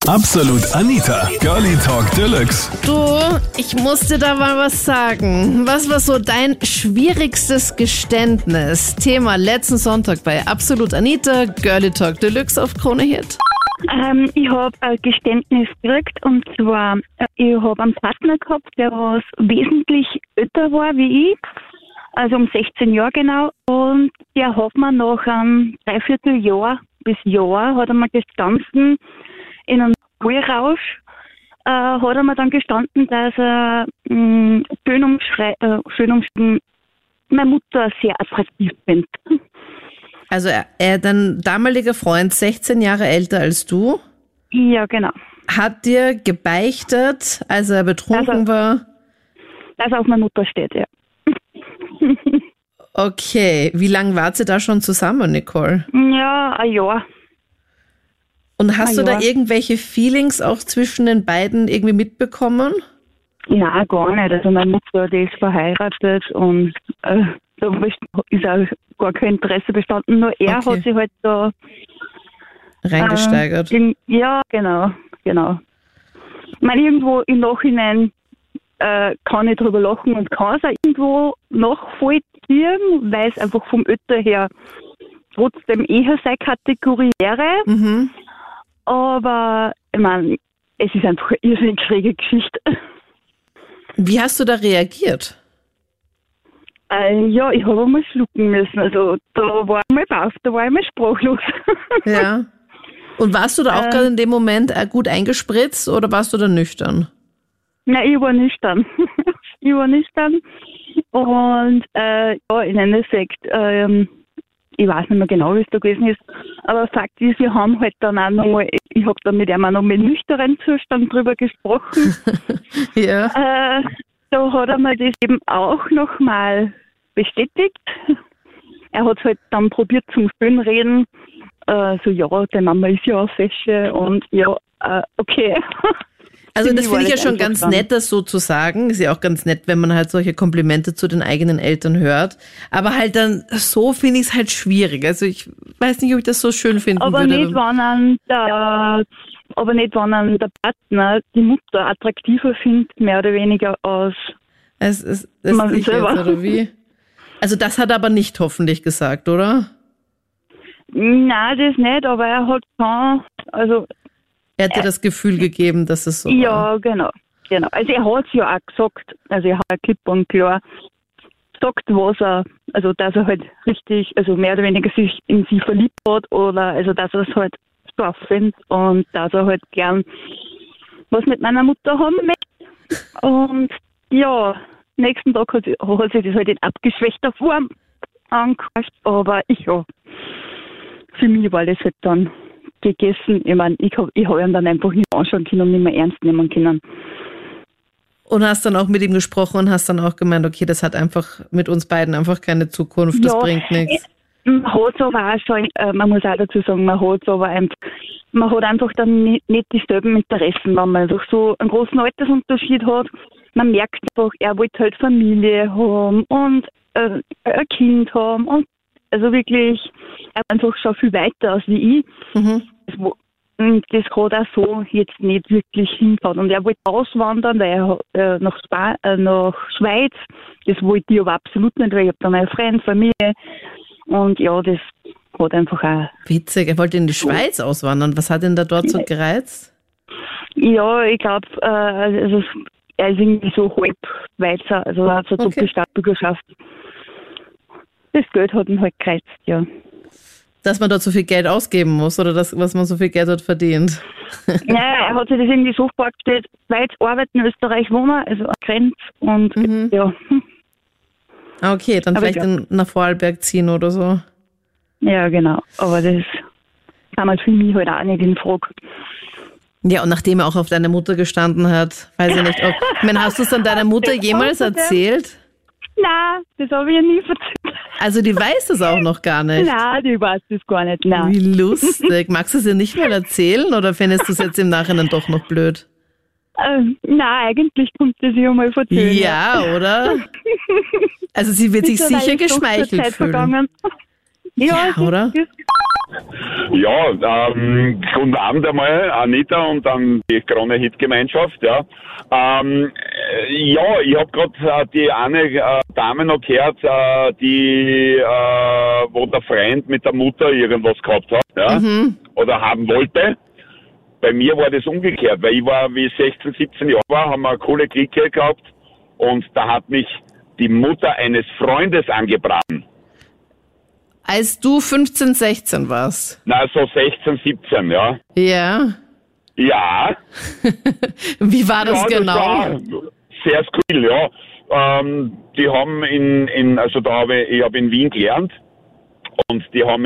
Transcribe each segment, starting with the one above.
Absolut Anita, Girlie Talk Deluxe. Du, ich muss dir da mal was sagen. Was war so dein schwierigstes Geständnis? Thema letzten Sonntag bei Absolut Anita, Girlie Talk Deluxe auf Krone Hit. Ich habe ein Geständnis gekriegt, und zwar, ich habe einen Partner gehabt, der was wesentlich älter war wie ich, also um 16 Jahre genau, und der hat mir nach einem Dreivierteljahr bis Jahr, hat er mir gestanden, in einem Vollrausch, hat er mir dann gestanden, dass er schön umschrieben, meine Mutter sehr attraktiv findet. Also dein damaliger Freund, 16 Jahre älter als du, Ja, genau. hat dir gebeichtet, als er betrunken war? Dass er auf meine Mutter steht, ja. Okay, wie lange wart ihr da schon zusammen, Nicole? Ja, ein Jahr. Und hast du Ja. da irgendwelche Feelings auch zwischen den beiden irgendwie mitbekommen? Nein, gar nicht. Also meine Mutter, die ist verheiratet, und da ist auch gar kein Interesse bestanden. Nur er Okay. hat sich halt da Reingesteigert. ja, genau. Ich meine, irgendwo im Nachhinein kann ich drüber lachen und kann es auch irgendwo nachvollziehen, weil es einfach vom Alter her trotzdem eher seine Kategorie wäre. Mhm. Aber ich meine, es ist einfach eine irrsinnig schräge Geschichte. Wie hast du da reagiert? Ja, ich habe einmal schlucken müssen. Also da war ich mal baff, da war ich mal sprachlos. Ja. Und warst du da auch gerade in dem Moment gut eingespritzt oder warst du da nüchtern? Nein, ich war nüchtern. Und ja, im Endeffekt, ich weiß nicht mehr genau, wie es da gewesen ist, aber Fakt ist, wir haben halt dann auch nochmal, ich habe dann mit ihm auch noch mit nüchternen Zustand drüber gesprochen. Ja. Da hat er mir das eben auch nochmal bestätigt. Er hat halt dann probiert zum Schönreden, so, ja, deine Mama ist ja auch Fesche, und ja, okay. Also das finde ich ja war schon einfach ganz dann. nett, das so zu sagen. Ist ja auch ganz nett, wenn man halt solche Komplimente zu den eigenen Eltern hört. Aber halt dann so finde ich es halt schwierig. Also ich weiß nicht, ob ich das so schön finden Aber würde. nicht, wenn dann der Partner die Mutter attraktiver findet, mehr oder weniger als Es man ich selber. jetzt, oder wie? Also das hat er aber nicht hoffentlich gesagt, oder? Nein, das nicht, aber er hat schon, also Er hat dir das Gefühl gegeben, dass es so war. ja, genau. Also er hat es ja auch gesagt, also er hat klipp und klar gesagt, was er, also dass er halt richtig, also mehr oder weniger sich in sie verliebt hat, oder also dass er es halt scharf findet und dass er halt gern was mit meiner Mutter haben möchte. Und ja, nächsten Tag hat sie das halt in abgeschwächter Form angehört, aber für mich war das halt dann gegessen. Ich meine, ich hab ihn dann einfach nicht anschauen können und nicht mehr ernst nehmen können. Und hast dann auch mit ihm gesprochen und hast dann auch gemeint, okay, das hat einfach mit uns beiden einfach keine Zukunft, das bringt nichts. Man hat aber auch schon, man muss auch dazu sagen, man hat einfach dann nicht dieselben Interessen, wenn man einfach so einen großen Altersunterschied hat. Man merkt einfach, er wollte halt Familie haben und ein Kind haben, und also wirklich, er war einfach schon viel weiter als wie ich. Mhm. Das hat auch so jetzt nicht wirklich hingehauen. Und er wollte auswandern, weil er nach Schweiz. Das wollte ich aber absolut nicht, weil ich habe dann eine Freund, Familie. Und ja, das hat einfach auch... Witzig, er wollte in die Schweiz auswandern. Was hat ihn da dort so gereizt? Ja, ich glaube, also er ist irgendwie so halb Schweizer, also er hat so doppelte Staatsbürgerschaft. Das Geld hat ihn halt gereizt, ja. Dass man dort so viel Geld ausgeben muss oder das, was man so viel Geld dort verdient? Naja, er hat sich das irgendwie so vorgestellt, Schweiz arbeiten, Österreich wohnen, also Grenz und ja. Okay, dann Aber vielleicht nach Vorarlberg ziehen oder so. Ja, genau. Aber das kam halt für mich halt auch nicht in Frage. Ja, und nachdem er auch auf deine Mutter gestanden hat, weiß ich nicht, ob... Ich meine, hast du es dann deiner Mutter jemals erzählt? Nein, das habe ich ja nie erzählt. Also die weiß das auch noch gar nicht? Nein, die weiß das gar nicht. Nein. Wie lustig. Magst du es ihr nicht mal erzählen oder findest du es jetzt im Nachhinein doch noch blöd? Nein, eigentlich kommt das ja mal erzählen. Ja, oder? Also sie wird sich Ist ja sicher eigentlich doch zur geschmeichelt Zeit fühlen. vergangen. Ja, oder? Ja, guten Abend einmal, Anita und dann die Krone-Hit-Gemeinschaft, ja. Ja, ich habe gerade die eine Dame noch gehört, die, wo der Freund mit der Mutter irgendwas gehabt hat, ja, oder haben wollte. Bei mir war das umgekehrt, weil ich war, wie ich 16, 17 Jahre war, haben wir eine coole Clique gehabt und da hat mich die Mutter eines Freundes angebraten. Als du 15, 16 warst? Na, so 16, 17, ja. Ja. Ja. Wie war das genau? Das war sehr skurril, ja. Die haben also ich habe in Wien gelernt und die haben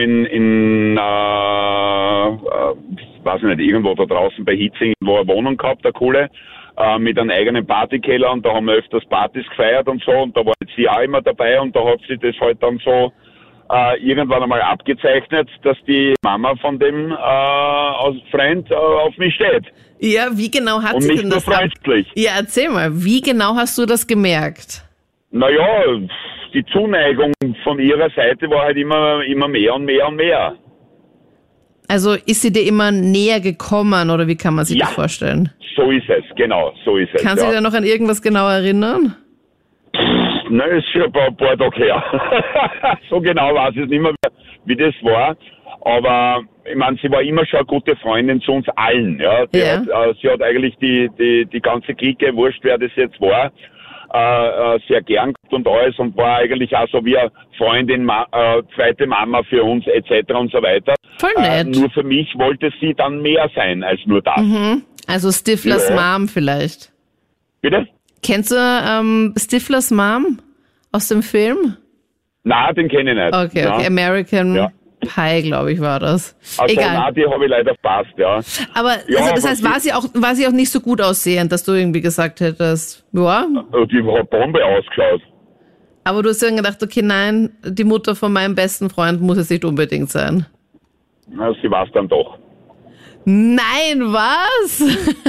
weiß ich nicht, irgendwo da draußen bei Hitzing, wo eine Wohnung gehabt, eine coole, mit einem eigenen Partykeller und da haben wir öfters Partys gefeiert und so und da war jetzt sie auch immer dabei und da hat sie das halt dann so irgendwann einmal abgezeichnet, dass die Mama von dem Freund auf mich steht. Ja, wie genau hat und sie nicht denn nur das freundlich. Ja, erzähl mal, wie genau hast du das gemerkt? Naja, die Zuneigung von ihrer Seite war halt immer mehr und mehr und mehr. Also ist sie dir immer näher gekommen oder wie kann man sich das vorstellen? So ist es, genau, so ist es. Kannst du dich da noch an irgendwas genau erinnern? Nein, ist schon ein paar Tage her. So genau weiß ich nicht mehr, wie das war. Aber ich meine, sie war immer schon eine gute Freundin zu uns allen. Ja. Sie hat eigentlich die ganze Clique, wurscht wer das jetzt war, sehr gern gehabt und alles und war eigentlich auch so wie eine Freundin, zweite Mama für uns etc. und so weiter. Voll nett. Nur für mich wollte sie dann mehr sein als nur das. Also Stiflers Mom vielleicht. Bitte? Kennst du Stiflers Mom aus dem Film? Nein, den kenne ich nicht. Okay, American Pie, glaube ich, war das. Also, egal. Nein, die habe ich leider verpasst, ja. Aber also das heißt, war sie auch nicht so gut aussehend, dass du irgendwie gesagt hättest, ja? Die hat Bombe ausgeschaut. Aber du hast dann gedacht, okay, nein, die Mutter von meinem besten Freund muss es nicht unbedingt sein. Na, sie war es dann doch. Nein, was?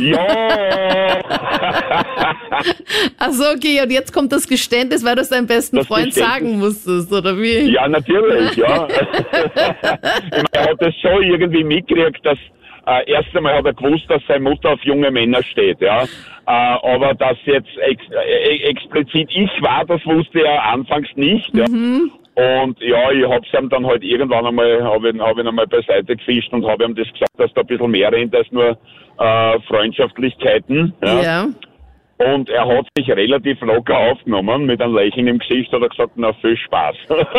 Ja! Ach so, okay, und jetzt kommt das Geständnis, weil du es deinem besten Freund sagen musstest, oder wie? Ja, natürlich, ja. Ich meine, er hat das schon irgendwie mitgekriegt, dass erst einmal hat er gewusst, dass seine Mutter auf junge Männer steht, ja. Aber dass jetzt explizit ich war, das wusste er anfangs nicht, ja. Und ja, ich hab's ihm dann halt irgendwann einmal, hab ihn einmal beiseite gefischt und habe ihm das gesagt, dass da ein bisschen mehr rennt als nur Freundschaftlichkeiten. Ja. Und er hat sich relativ locker aufgenommen, mit einem Lächeln im Gesicht, hat er gesagt, na, viel Spaß.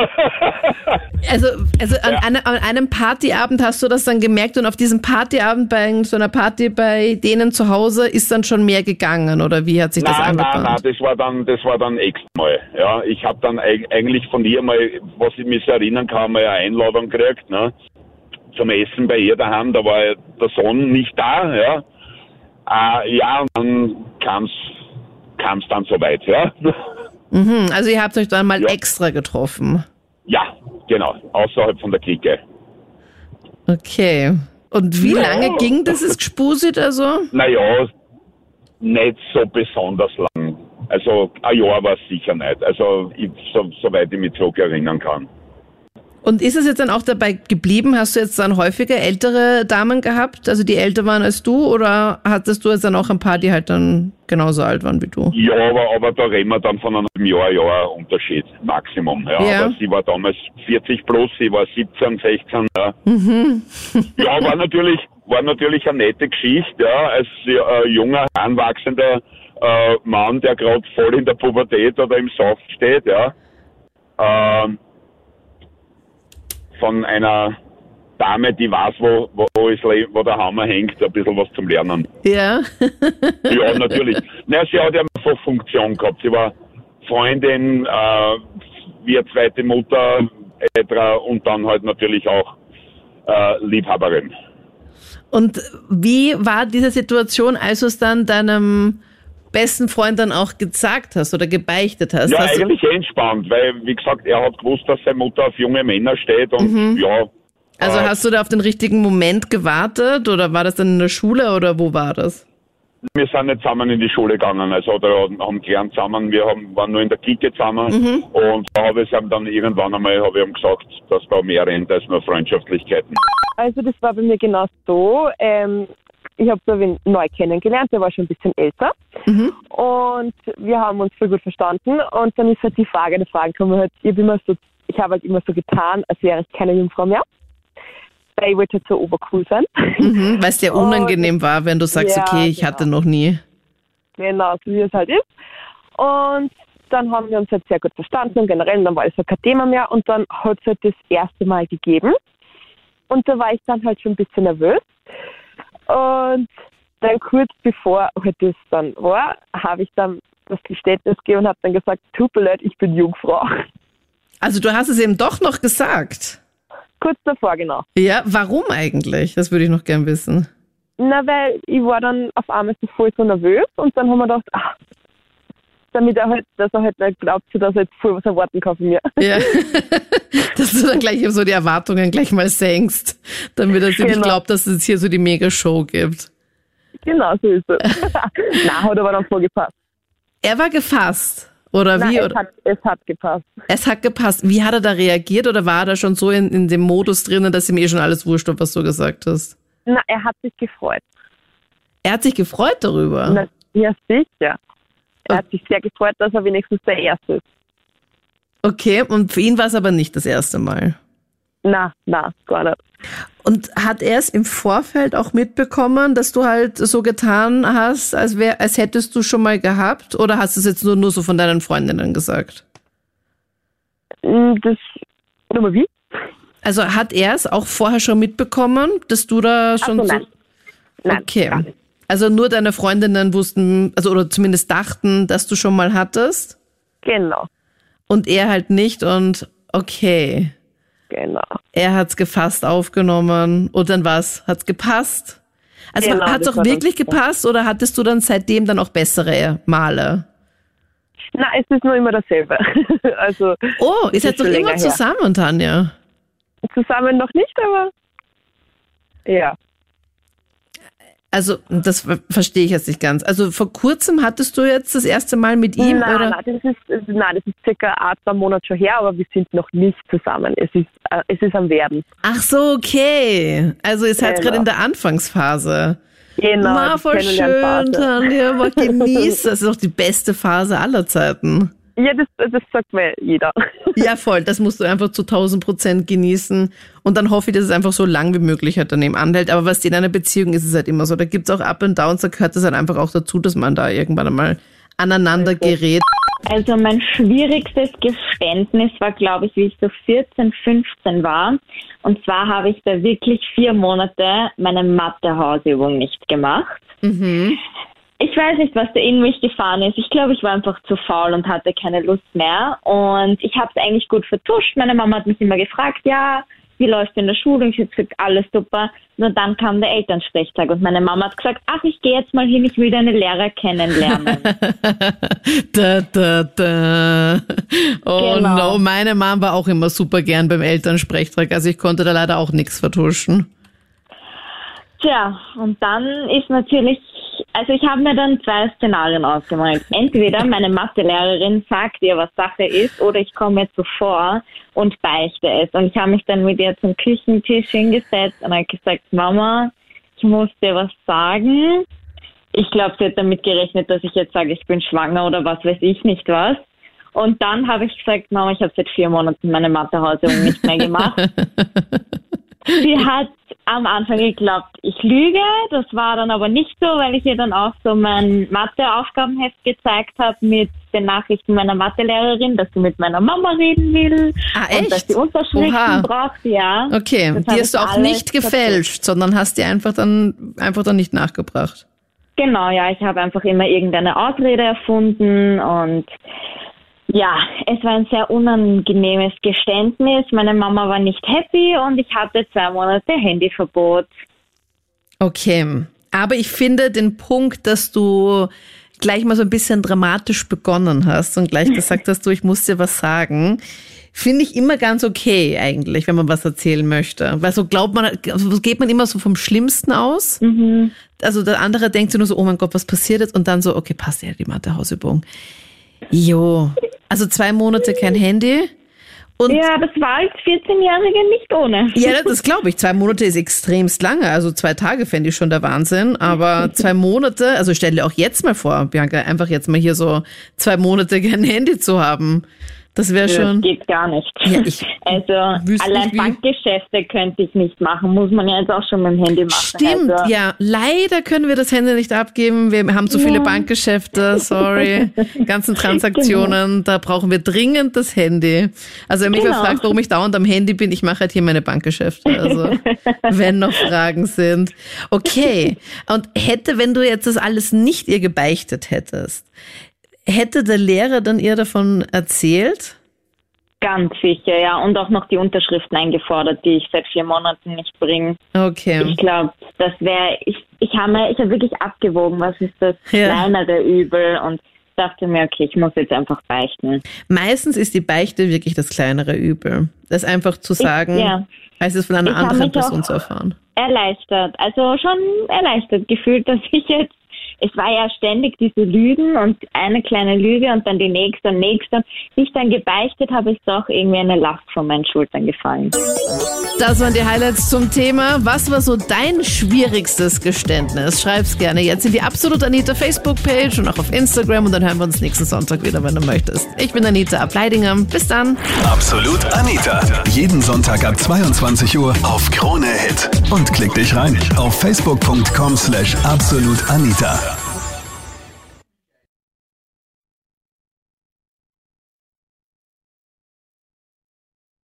Also an einem Partyabend hast du das dann gemerkt und auf diesem Partyabend bei so einer Party bei denen zu Hause ist dann schon mehr gegangen oder wie hat sich das angebahnt? Nein, das war dann extra mal. Ja, ich habe dann eigentlich von ihr mal, was ich mich so erinnern kann, mal eine Einladung gekriegt, ne, zum Essen bei ihr daheim, da war der Sohn nicht da, ja. Ja, und dann kam's dann soweit, ja. Also ihr habt euch dann mal extra getroffen? Ja, genau, außerhalb von der Clique. Okay. Und wie lange ging dieses Gspusit also? Naja, nicht so besonders lang. Also ein Jahr war es sicher nicht. Also soweit ich mich zurück erinnern kann. Und ist es jetzt dann auch dabei geblieben? Hast du jetzt dann häufiger ältere Damen gehabt, also die älter waren als du, oder hattest du jetzt dann auch ein paar, die halt dann genauso alt waren wie du? Ja, aber da reden wir dann von einem Jahr Unterschied, Maximum. Ja. Aber sie war damals 40 plus, sie war 17, 16. Ja, ja war natürlich eine nette Geschichte, ja, als junger, heranwachsender Mann, der gerade voll in der Pubertät oder im Saft steht, ja. Von einer Dame, die weiß, wo der Hammer hängt, ein bisschen was zum Lernen. Ja. Ja, natürlich. Naja, sie hat ja einfach Funktion gehabt. Sie war Freundin, wie eine zweite Mutter, etc. und dann halt natürlich auch Liebhaberin. Und wie war diese Situation, als du es dann deinem besten Freund dann auch gesagt hast oder gebeichtet hast? Ja, eigentlich entspannt, weil, wie gesagt, er hat gewusst, dass seine Mutter auf junge Männer steht und ja. Also hast du da auf den richtigen Moment gewartet oder war das dann in der Schule oder wo war das? Wir sind nicht zusammen in die Schule gegangen, also haben gelernt zusammen, waren nur in der Clique zusammen und da habe ich ihm dann irgendwann einmal ihm gesagt, dass da mehr rennt als nur Freundschaftlichkeiten. Also das war bei mir genau so, ich habe so wen neu kennengelernt, der war schon ein bisschen älter und wir haben uns voll gut verstanden und dann ist halt die Frage gekommen, halt, ich habe halt immer so getan, als wäre ich keine Jungfrau mehr. Weil ich wollte halt so obercool sein. Weil es dir unangenehm war, wenn du sagst, ja, okay, ich hatte noch nie. Genau, so wie es halt ist. Und dann haben wir uns halt sehr gut verstanden und generell, dann war es so kein Thema mehr und dann hat es halt das erste Mal gegeben. Und da war ich dann halt schon ein bisschen nervös. Und dann kurz bevor halt das dann war, habe ich dann das Geständnis gegeben und habe dann gesagt, tut mir leid, ich bin Jungfrau. Also du hast es eben doch noch gesagt? Kurz davor, genau. Ja, warum eigentlich? Das würde ich noch gern wissen. Na, weil ich war dann auf einmal so nervös und dann haben wir gedacht, damit dass er halt nicht glaubt, dass er jetzt voll was erwarten kann von mir. Ja, dass du dann gleich so die Erwartungen gleich mal senkst, damit er sich nicht glaubt, dass es hier so die Mega-Show gibt. Genau, so ist es. Nein, hat aber dann voll gepasst. Er war gefasst? Oder Nein, wie? Es hat gepasst. Es hat gepasst. Wie hat er da reagiert oder war er da schon so in dem Modus drinnen, dass ihm schon alles wurscht war, was du gesagt hast? Na, er hat sich gefreut. Er hat sich gefreut darüber? Na, ja, sicher. Er hat sich sehr gefreut, dass er wenigstens der Erste ist. Okay, und für ihn war es aber nicht das erste Mal? Na, gar nicht. Und hat er es im Vorfeld auch mitbekommen, dass du halt so getan hast, als hättest du schon mal gehabt? Oder hast du es jetzt nur so von deinen Freundinnen gesagt? Nochmal wie? Also hat er es auch vorher schon mitbekommen, dass du da schon Ach so, nein. Nein, okay. Gar nicht. Also nur deine Freundinnen wussten, also oder zumindest dachten, dass du schon mal hattest? Genau. Und er halt nicht und okay. Genau. Er hat's gefasst aufgenommen und dann was? Hat's gepasst? Also genau, hat's auch wirklich gepasst oder hattest du dann seitdem dann auch bessere Male? Na, es ist nur immer dasselbe. Also. Oh, ihr seid doch immer zusammen, Tanja. Zusammen noch nicht, aber ja. Also, das verstehe ich jetzt nicht ganz. Also, vor kurzem hattest du jetzt das erste Mal mit ihm, oder? Nein, das ist circa 2 Monate schon her, aber wir sind noch nicht zusammen. Es ist am Werden. Ach so, okay. Also, ihr seid gerade in der Anfangsphase. Genau. Na, voll schön, Tanja, mal genießen. Das ist doch die beste Phase aller Zeiten. Ja, das sagt mir jeder. Ja, voll. Das musst du einfach zu 1000% genießen. Und dann hoffe ich, dass es einfach so lang wie möglich halt daneben anhält. Aber was in einer Beziehung ist, ist halt immer so. Da gibt's auch Up and Downs, da gehört es halt einfach auch dazu, dass man da irgendwann einmal aneinander gerät. Also mein schwierigstes Geständnis war, glaube ich, wie ich so 14, 15 war. Und zwar habe ich da wirklich 4 Monate meine Mathe-Hausübung nicht gemacht. Mhm. Ich weiß nicht, was da in mich gefahren ist. Ich glaube, ich war einfach zu faul und hatte keine Lust mehr. Und ich habe es eigentlich gut vertuscht. Meine Mama hat mich immer gefragt, ja, wie läuft in der Schule? Und ich habe gesagt, alles super. Nur dann kam der Elternsprechtag und meine Mama hat gesagt, ach, ich gehe jetzt mal hin, ich will deine Lehrer kennenlernen. Oh genau. No, meine Mama war auch immer super gern beim Elternsprechtag. Also ich konnte da leider auch nichts vertuschen. Tja, und dann ist natürlich, also ich habe mir dann 2 Szenarien ausgemalt. Entweder meine Mathelehrerin sagt ihr, was Sache ist, oder ich komme mir zuvor und beichte es. Und ich habe mich dann mit ihr zum Küchentisch hingesetzt und habe gesagt, Mama, ich muss dir was sagen. Ich glaube, sie hat damit gerechnet, dass ich jetzt sage, ich bin schwanger oder was weiß ich nicht was. Und dann habe ich gesagt, Mama, ich habe seit 4 Monaten meine Mathehausübung nicht mehr gemacht. Sie hat am Anfang geglaubt, ich lüge. Das war dann aber nicht so, weil ich ihr dann auch so mein Mathe-Aufgabenheft gezeigt habe mit den Nachrichten meiner Mathelehrerin, dass sie mit meiner Mama reden will. Ah, echt? Und dass sie Unterschriften braucht, ja. Okay, die hast du auch nicht gefälscht, sondern hast die einfach dann nicht nachgebracht. Genau, ja, ich habe einfach immer irgendeine Ausrede erfunden und ja, es war ein sehr unangenehmes Geständnis. Meine Mama war nicht happy und ich hatte 2 Monate Handyverbot. Okay, aber ich finde den Punkt, dass du gleich mal so ein bisschen dramatisch begonnen hast und gleich gesagt hast, du, ich muss dir was sagen, finde ich immer ganz okay eigentlich, wenn man was erzählen möchte. Weil so geht man immer so vom Schlimmsten aus. Mhm. Also der andere denkt sich nur so, oh mein Gott, was passiert jetzt? Und dann so, okay, passt ja die Mathehausübung. Jo, also 2 Monate kein Handy. Und ja, das war als 14-Jährige nicht ohne. Ja, das glaube ich. 2 Monate ist extremst lange. Also 2 Tage fände ich schon der Wahnsinn. Aber 2 Monate, also stell dir auch jetzt mal vor, Bianca, einfach jetzt mal hier so 2 Monate kein Handy zu haben. Das wäre schon... Das geht gar nicht. Ja, also allein Bankgeschäfte könnte ich nicht machen. Muss man ja jetzt auch schon mit dem Handy machen. Stimmt, also. Ja. Leider können wir das Handy nicht abgeben. Wir haben zu viele Bankgeschäfte, sorry. Ganzen Transaktionen, Da brauchen wir dringend das Handy. Also wenn mich wer fragt, warum ich dauernd am Handy bin, ich mache halt hier meine Bankgeschäfte. Also wenn noch Fragen sind. Okay, und wenn du jetzt das alles nicht ihr gebeichtet hättest, hätte der Lehrer dann ihr davon erzählt? Ganz sicher, ja. Und auch noch die Unterschriften eingefordert, die ich seit 4 Monaten nicht bringe. Okay. Ich glaube, das wäre, ich habe wirklich abgewogen, was ist das kleinere Übel und dachte mir, okay, ich muss jetzt einfach beichten. Meistens ist die Beichte wirklich das kleinere Übel. Das einfach zu sagen, als es von einer anderen Person zu erfahren. Erleichtert, also schon erleichtert gefühlt, dass ich jetzt, es war ja ständig diese Lügen und eine kleine Lüge und dann die nächste und nächste. Wie ich dann gebeichtet habe, ist doch irgendwie eine Last von meinen Schultern gefallen. Das waren die Highlights zum Thema. Was war so dein schwierigstes Geständnis? Schreib's gerne jetzt in die Absolut Anita Facebook-Page und auch auf Instagram und dann hören wir uns nächsten Sonntag wieder, wenn du möchtest. Ich bin Anita Ableidinger. Bis dann. Absolut Anita. Jeden Sonntag ab 22 Uhr auf Krone Hit. Und klick dich rein auf facebook.com/absolutanita.